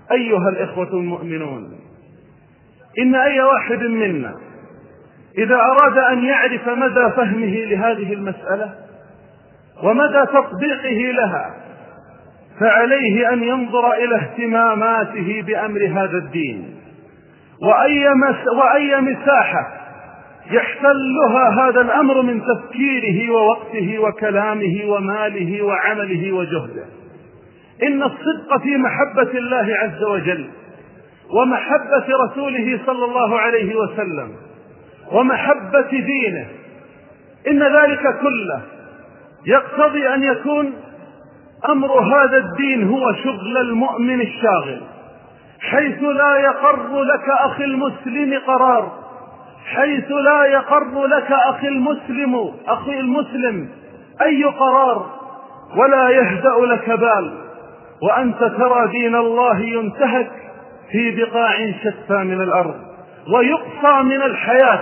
أيها الإخوة المؤمنون، إن أي واحد منا إذا أراد أن يعرف مدى فهمه لهذه المسألة ومدى تطبيقه لها فعليه أن ينظر إلى اهتماماته بأمر هذا الدين، وأي, مس وأي مساحة يحتلها هذا الأمر من تفكيره ووقته وكلامه وماله وعمله وجهده. إن الصدق في محبة الله عز وجل ومحبة رسوله صلى الله عليه وسلم ومحبة دينه، إن ذلك كله يقتضي أن يكون أمر هذا الدين هو شغل المؤمن الشاغل، حيث لا يقر لك أخي المسلم قرار، حيث لا يقر لك أخي المسلم أخي المسلم أي قرار، ولا يهدأ لك بال، وأنت ترى دين الله ينتهك في بقاع شتى من الأرض ويقصى من الحياة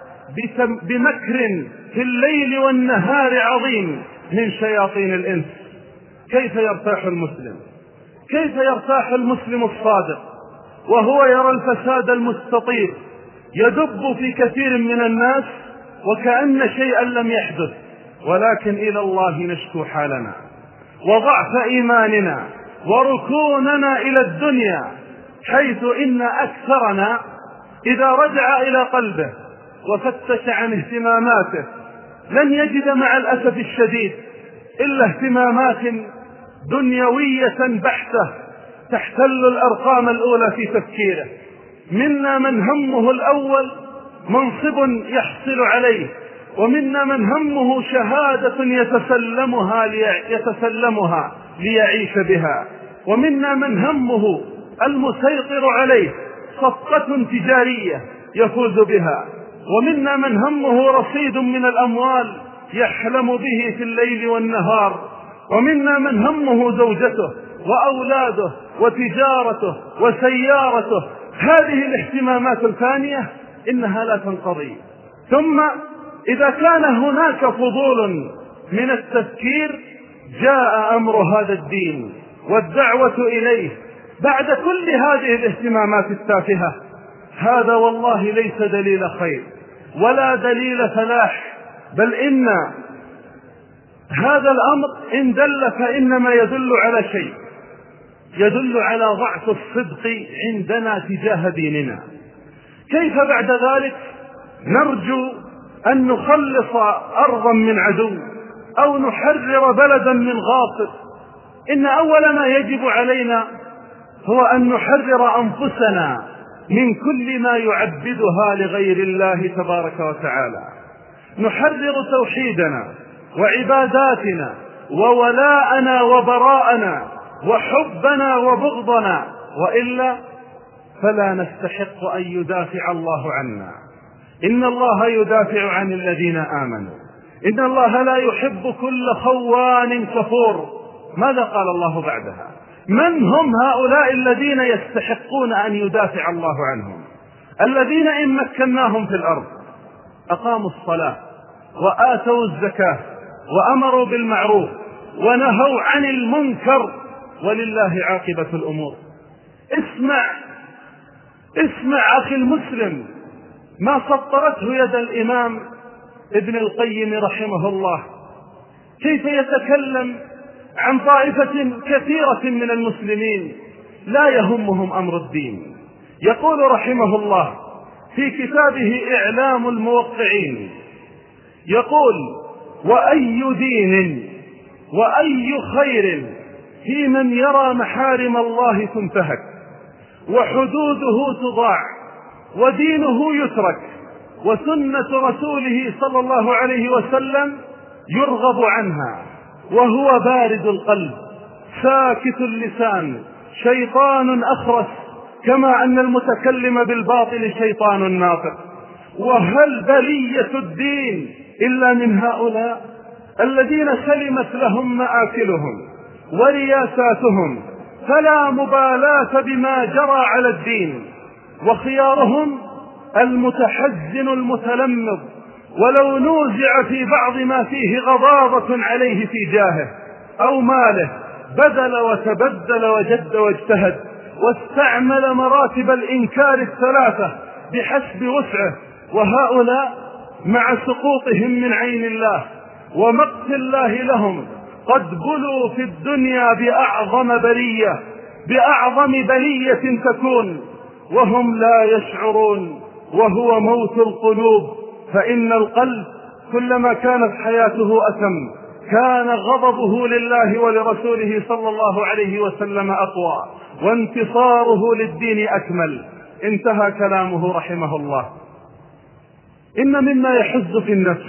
بمكر في الليل والنهار عظيم من شياطين الإنس. كيف يرتاح المسلم؟ كيف يرتاح المسلم الصادق وهو يرى الفساد المستطير يدب في كثير من الناس وكأن شيئا لم يحدث؟ ولكن إلى الله نشكو حالنا وضعف إيماننا وركوننا إلى الدنيا، حيث إن أكثرنا إذا رجع إلى قلبه وفتش عن اهتماماته لن يجد مع الأسف الشديد إلا اهتمامات دنيوية بحتة تحتل الأرقام الأولى في تفكيره. منا من همه الأول منصب يحصل عليه، ومنا من همه شهادة يتسلمها, يتسلمها ليعيش بها، ومنا من همه المسيطر عليه صفقة تجارية يفوز بها، ومنا من همه رصيد من الأموال يحلم به في الليل والنهار، ومنا من همه زوجته وأولاده وتجارته وسيارته. هذه الاهتمامات الثانية إنها لا تنقضي. ثم إذا كان هناك فضول من التفكير جاء أمر هذا الدين والدعوة إليه بعد كل هذه الاهتمامات التافهة. هذا والله ليس دليل خير ولا دليل فلاح، بل إن هذا الأمر إن دل فإنما يدل على شيء، يدل على ضعف الصدق عندنا تجاه ديننا. كيف بعد ذلك نرجو أن نخلص أرضا من عدو أو نحرر بلدا من غاصب؟ إن أول ما يجب علينا هو أن نحرر أنفسنا من كل ما يعبدها لغير الله تبارك وتعالى، نحرر توحيدنا وعباداتنا وولاءنا وبراءنا وحبنا وبغضنا، وإلا فلا نستحق أن يدافع الله عنا. إن الله يدافع عن الذين آمنوا، إن الله لا يحب كل خوان كفور. ماذا قال الله بعدها؟ من هم هؤلاء الذين يستحقون أن يدافع الله عنهم؟ الذين إن مكناهم في الأرض أقاموا الصلاة وآتوا الزكاة وأمروا بالمعروف ونهوا عن المنكر ولله عاقبة الأمور. اسمع اسمع أخي المسلم ما سطرته يد الإمام ابن القيم رحمه الله، كيف يتكلم عن طائفة كثيرة من المسلمين لا يهمهم أمر الدين. يقول رحمه الله في كتابه إعلام الموقعين، يقول: وأي دين وأي خير في من يرى محارم الله تنتهك وحدوده تضاع ودينه يترك وسنة رسوله صلى الله عليه وسلم يرغب عنها، وهو بارد القلب ساكت اللسان شيطان أخرس، كما أن المتكلم بالباطل شيطان ناطق. وهل بلية الدين إلا من هؤلاء الذين سلمت لهم مآكلهم ورياساتهم فلا مبالاة بما جرى على الدين، وخيارهم المتحزن المتلمذ ولو نوزع في بعض ما فيه غضاضة عليه في جاهه أو ماله بذل وتبدل وجد واجتهد واستعمل مراتب الإنكار الثلاثة بحسب وسعه، وهؤلاء مع سقوطهم من عين الله ومقت الله لهم قد بلوا في الدنيا بأعظم بلية بأعظم بلية تكون وهم لا يشعرون، وهو موت القلوب. فإن القلب كلما كانت حياته أتم كان غضبه لله ولرسوله صلى الله عليه وسلم أقوى، وانتصاره للدين أكمل. انتهى كلامه رحمه الله. إن مما يحز في النفس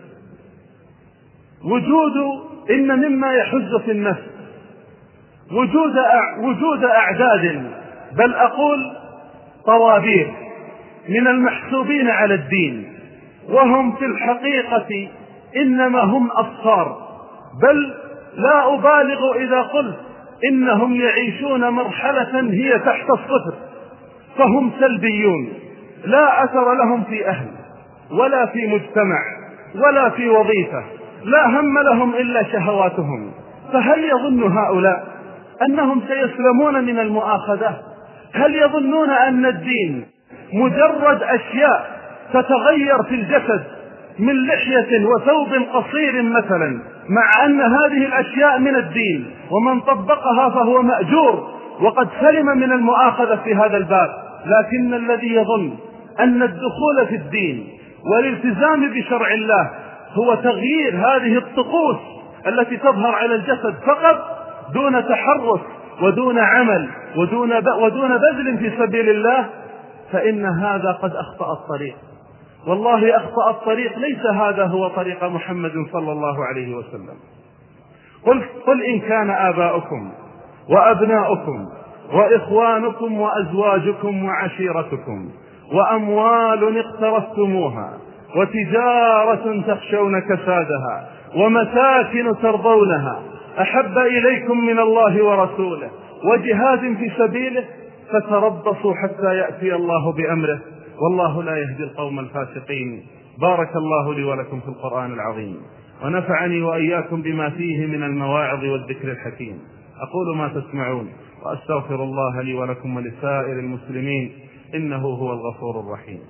وجود إن مما يحز في النفس وجود وجود أعداد، بل أقول طوابير من المحسوبين على الدين، وهم في الحقيقة إنما هم أصفار، بل لا أبالغ إذا قلت إنهم يعيشون مرحلة هي تحت الصفر، فهم سلبيون لا أثر لهم في أهل ولا في مجتمع ولا في وظيفة، لا هم لهم إلا شهواتهم. فهل يظن هؤلاء أنهم سيسلمون من المؤاخذة؟ هل يظنون أن الدين مجرد أشياء تتغير في الجسد من لحية وثوب قصير مثلا، مع أن هذه الأشياء من الدين ومن طبقها فهو مأجور وقد سلم من المؤاخذة في هذا الباب؟ لكن الذي يظن أن الدخول في الدين والالتزام بشرع الله هو تغيير هذه الطقوس التي تظهر على الجسد فقط دون تحرك ودون عمل ودون ودون بذل في سبيل الله، فإن هذا قد أخطأ الطريق. والله أخطأ الطريق، ليس هذا هو طريق محمد صلى الله عليه وسلم. قل, قل إن كان آباؤكم وأبناؤكم وإخوانكم وأزواجكم وعشيرتكم وأموال اقترفتموها وتجارة تخشون كسادها ومساكن ترضونها أحب إليكم من الله ورسوله وجهاد في سبيله فتربصوا حتى يأتي الله بأمره والله لا يهدي القوم الفاسقين. بارك الله لي ولكم في القرآن العظيم، ونفعني وإياكم بما فيه من المواعظ والذكر الحكيم. أقول ما تسمعون وأستغفر الله لي ولكم ولسائر المسلمين إنه هو الغفور الرحيم.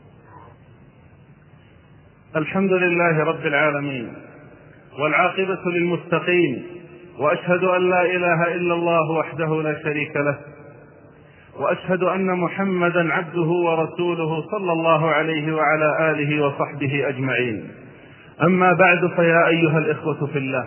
الحمد لله رب العالمين، والعاقبة للمتقين، وأشهد أن لا إله إلا الله وحده لا شريك له، وأشهد أن محمدا عبده ورسوله صلى الله عليه وعلى آله وصحبه أجمعين. أما بعد، فيا أيها الإخوة في الله،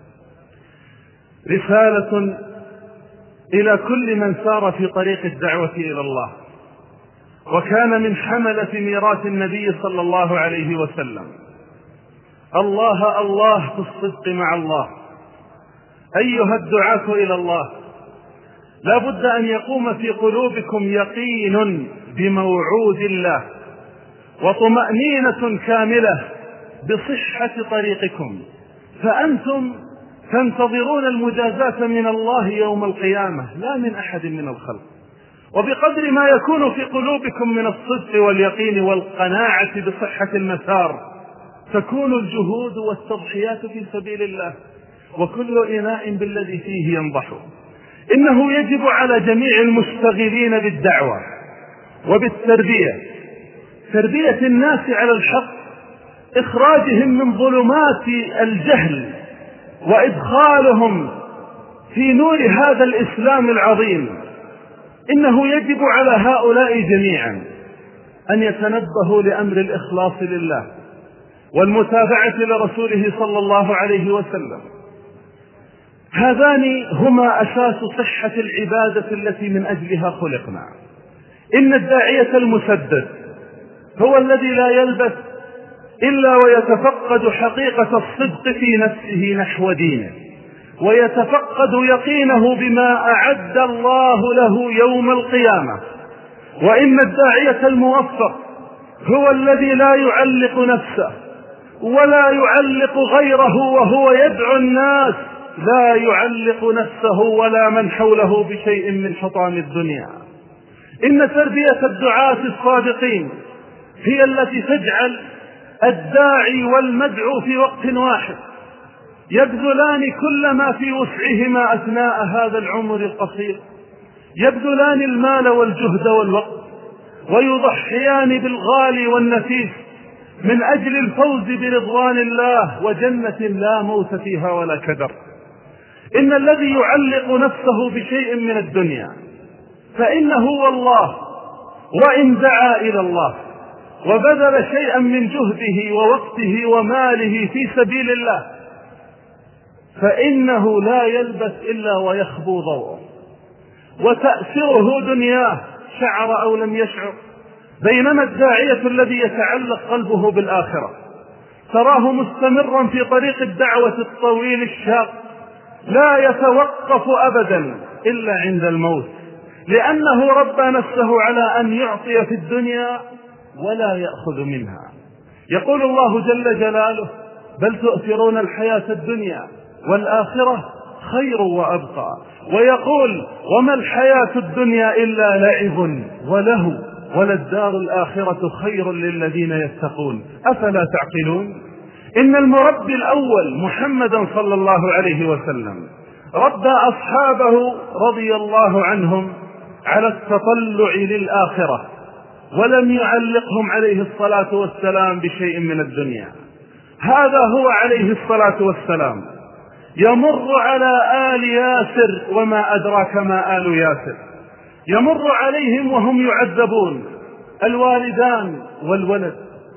رسالة إلى كل من سار في طريق الدعوة إلى الله وكان من حملة ميراث النبي صلى الله عليه وسلم. الله الله في الصدق مع الله. أيها الدعاة إلى الله، لا بد أن يقوم في قلوبكم يقين بموعود الله وطمأنينة كاملة بصحة طريقكم، فأنتم تنتظرون المجازاة من الله يوم القيامة لا من أحد من الخلق. وبقدر ما يكون في قلوبكم من الصدق واليقين والقناعة بصحة المسار تكون الجهود والتضحيات في سبيل الله، وكل إناء بالذي فيه ينضح. إنه يجب على جميع المشتغلين بالدعوة وبالتربية، تربية الناس على الحق، إخراجهم من ظلمات الجهل وإدخالهم في نور هذا الإسلام العظيم. إنه يجب على هؤلاء جميعا أن يتنبهوا لأمر الإخلاص لله والمتابعة لرسوله صلى الله عليه وسلم. هذان هما أساس صحة العبادة التي من أجلها خلقنا. إن الداعية المسدد هو الذي لا يلبث إلا ويتفقد حقيقة الصدق في نفسه نحو دينه، ويتفقد يقينه بما أعد الله له يوم القيامة. وإن الداعية الموفق هو الذي لا يعلق نفسه ولا يعلق غيره وهو يدعو الناس، لا يعلق نفسه ولا من حوله بشيء من حطام الدنيا. إن تربية الدعاة الصادقين هي التي تجعل الداعي والمدعو في وقت واحد يبذلان كل ما في وسعهما أثناء هذا العمر القصير، يبذلان المال والجهد والوقت ويضحيان بالغالي والنفيس من أجل الفوز برضوان الله وجنة لا موت فيها ولا كدر. إن الذي يعلق نفسه بشيء من الدنيا فإنه والله وإن دعا إلى الله وبذل شيئا من جهده ووقته وماله في سبيل الله فإنه لا يلبث إلا ويخبو ضوءه وتأثره دنياه شعر أو لم يشعر. بينما الداعية الذي يتعلق قلبه بالآخرة تراه مستمرا في طريق الدعوة الطويل الشاق لا يتوقف أبدا إلا عند الموت، لأنه ربى نفسه على أن يعطي في الدنيا ولا يأخذ منها. يقول الله جل جلاله: بل تؤثرون الحياة الدنيا والآخرة خير وأبقى. ويقول: وما الحياة الدنيا إلا لعب ولهو وللدار الآخرة خير للذين يتقون أفلا تعقلون. إن المربي الأول محمدا صلى الله عليه وسلم ربى أصحابه رضي الله عنهم على التطلع للآخرة ولم يعلقهم عليه الصلاة والسلام بشيء من الدنيا. هذا هو عليه الصلاة والسلام يمر على آل ياسر وما أدراك ما آل ياسر، يمر عليهم وهم يعذبون، الوالدان والولد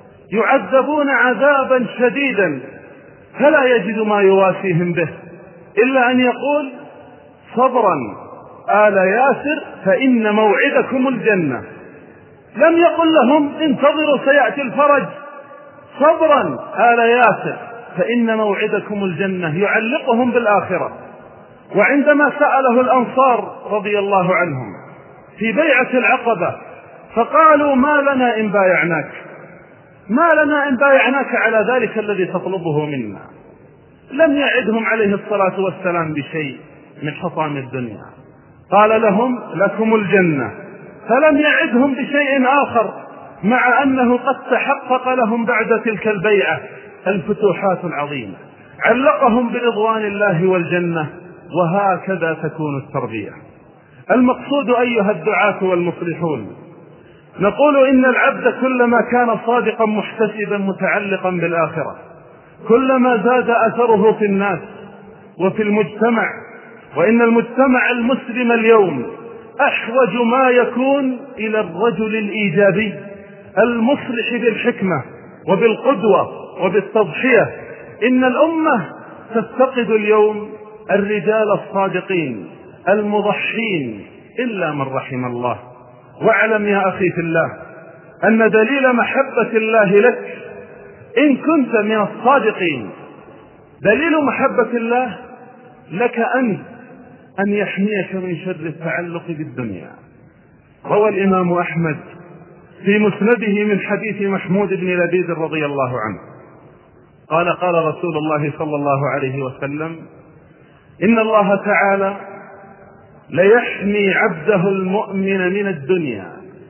يعذبون عذابا شديدا فلا يجد ما يواسيهم به إلا أن يقول: صبرا آل ياسر فإن موعدكم الجنة. لم يقل لهم: انتظروا سيأتي الفرج. صبرا آل ياسر فإن موعدكم الجنة. يعلقهم بالآخرة. وعندما سأله الأنصار رضي الله عنهم في بيعة العقبة فقالوا: ما لنا إن بايعناك، ما لنا إن بايعناك على ذلك الذي تطلبه منا. لم يعدهم عليه الصلاة والسلام بشيء من حطام الدنيا، قال لهم: لكم الجنة، فلم يعدهم بشيء آخر، مع أنه قد تحقق لهم بعد تلك البيعة الفتوحات العظيمة. علقهم برضوان الله والجنة. وهكذا تكون التربية. المقصود أيها الدعاة والمصلحون، نقول إن العبد كلما كان صادقا محتسبا متعلقا بالآخرة كلما زاد أثره في الناس وفي المجتمع. وإن المجتمع المسلم اليوم أحوج ما يكون إلى الرجل الإيجابي المصلح بالحكمة وبالقدوة وبالتضحية. إن الأمة تفتقد اليوم الرجال الصادقين المضحين إلا من رحم الله. واعلم يا أخي في الله أن دليل محبة الله لك إن كنت من الصادقين، دليل محبة الله لك أنت أن يحميك من شر التعلق بالدنيا. روى الإمام أحمد في مسنده من حديث محمود بن لبيد رضي الله عنه قال: قال رسول الله صلى الله عليه وسلم: إن الله تعالى ليحمي عبده المؤمن من الدنيا.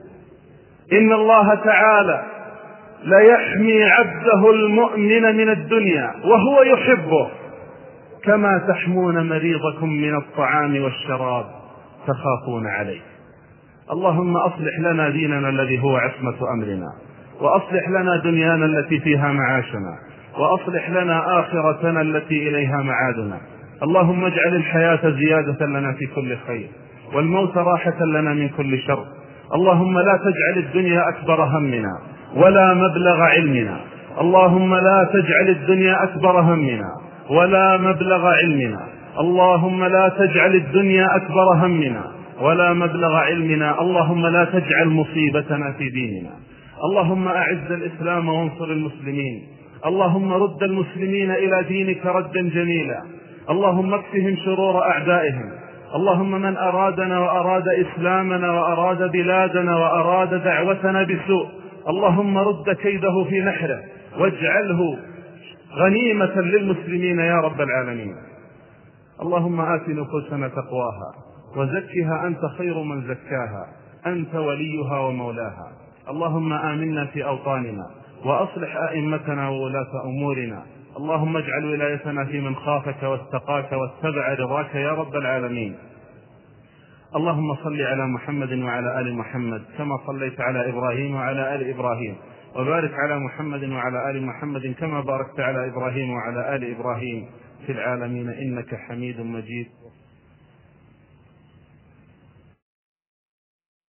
إن الله تعالى ليحمي عبده المؤمن من الدنيا وهو يحبه كما تحمون مريضكم من الطعام والشراب تخافون عليه. اللهم أصلح لنا ديننا الذي هو عصمة أمرنا، وأصلح لنا دنيانا التي فيها معاشنا، وأصلح لنا آخرتنا التي إليها معادنا. اللهم اجعل الحياة زيادة لنا في كل خير والموت راحة لنا من كل شر. اللهم لا تجعل الدنيا أكبر همنا ولا مبلغ علمنا. اللهم لا تجعل الدنيا أكبر همنا ولا مبلغ علمنا. اللهم لا تجعل الدنيا أكبر همنا ولا مبلغ علمنا. اللهم لا تجعل مصيبتنا في ديننا. اللهم أعز الإسلام وانصر المسلمين. اللهم رد المسلمين إلى دينك ردا جميلا. اللهم اكفهم شرور أعدائهم. اللهم من أرادنا وأراد إسلامنا وأراد بلادنا وأراد دعوتنا بسوء اللهم رد كيده في نحره واجعله غنيمة للمسلمين يا رب العالمين. اللهم آت نفوسنا تقواها وزكها أنت خير من زكاها أنت وليها ومولاها. اللهم آمنا في أوطاننا وأصلح أئمتنا وولاة أمورنا. اللهم اجعل ولايتنا في من خافك واتقاك واتبع رضاك يا رب العالمين. اللهم صل على محمد وعلى آل محمد كما صليت على إبراهيم وعلى آل إبراهيم، وبارك على محمد وعلى آل محمد كما باركت على إبراهيم وعلى آل إبراهيم في العالمين إنك حميد مجيد.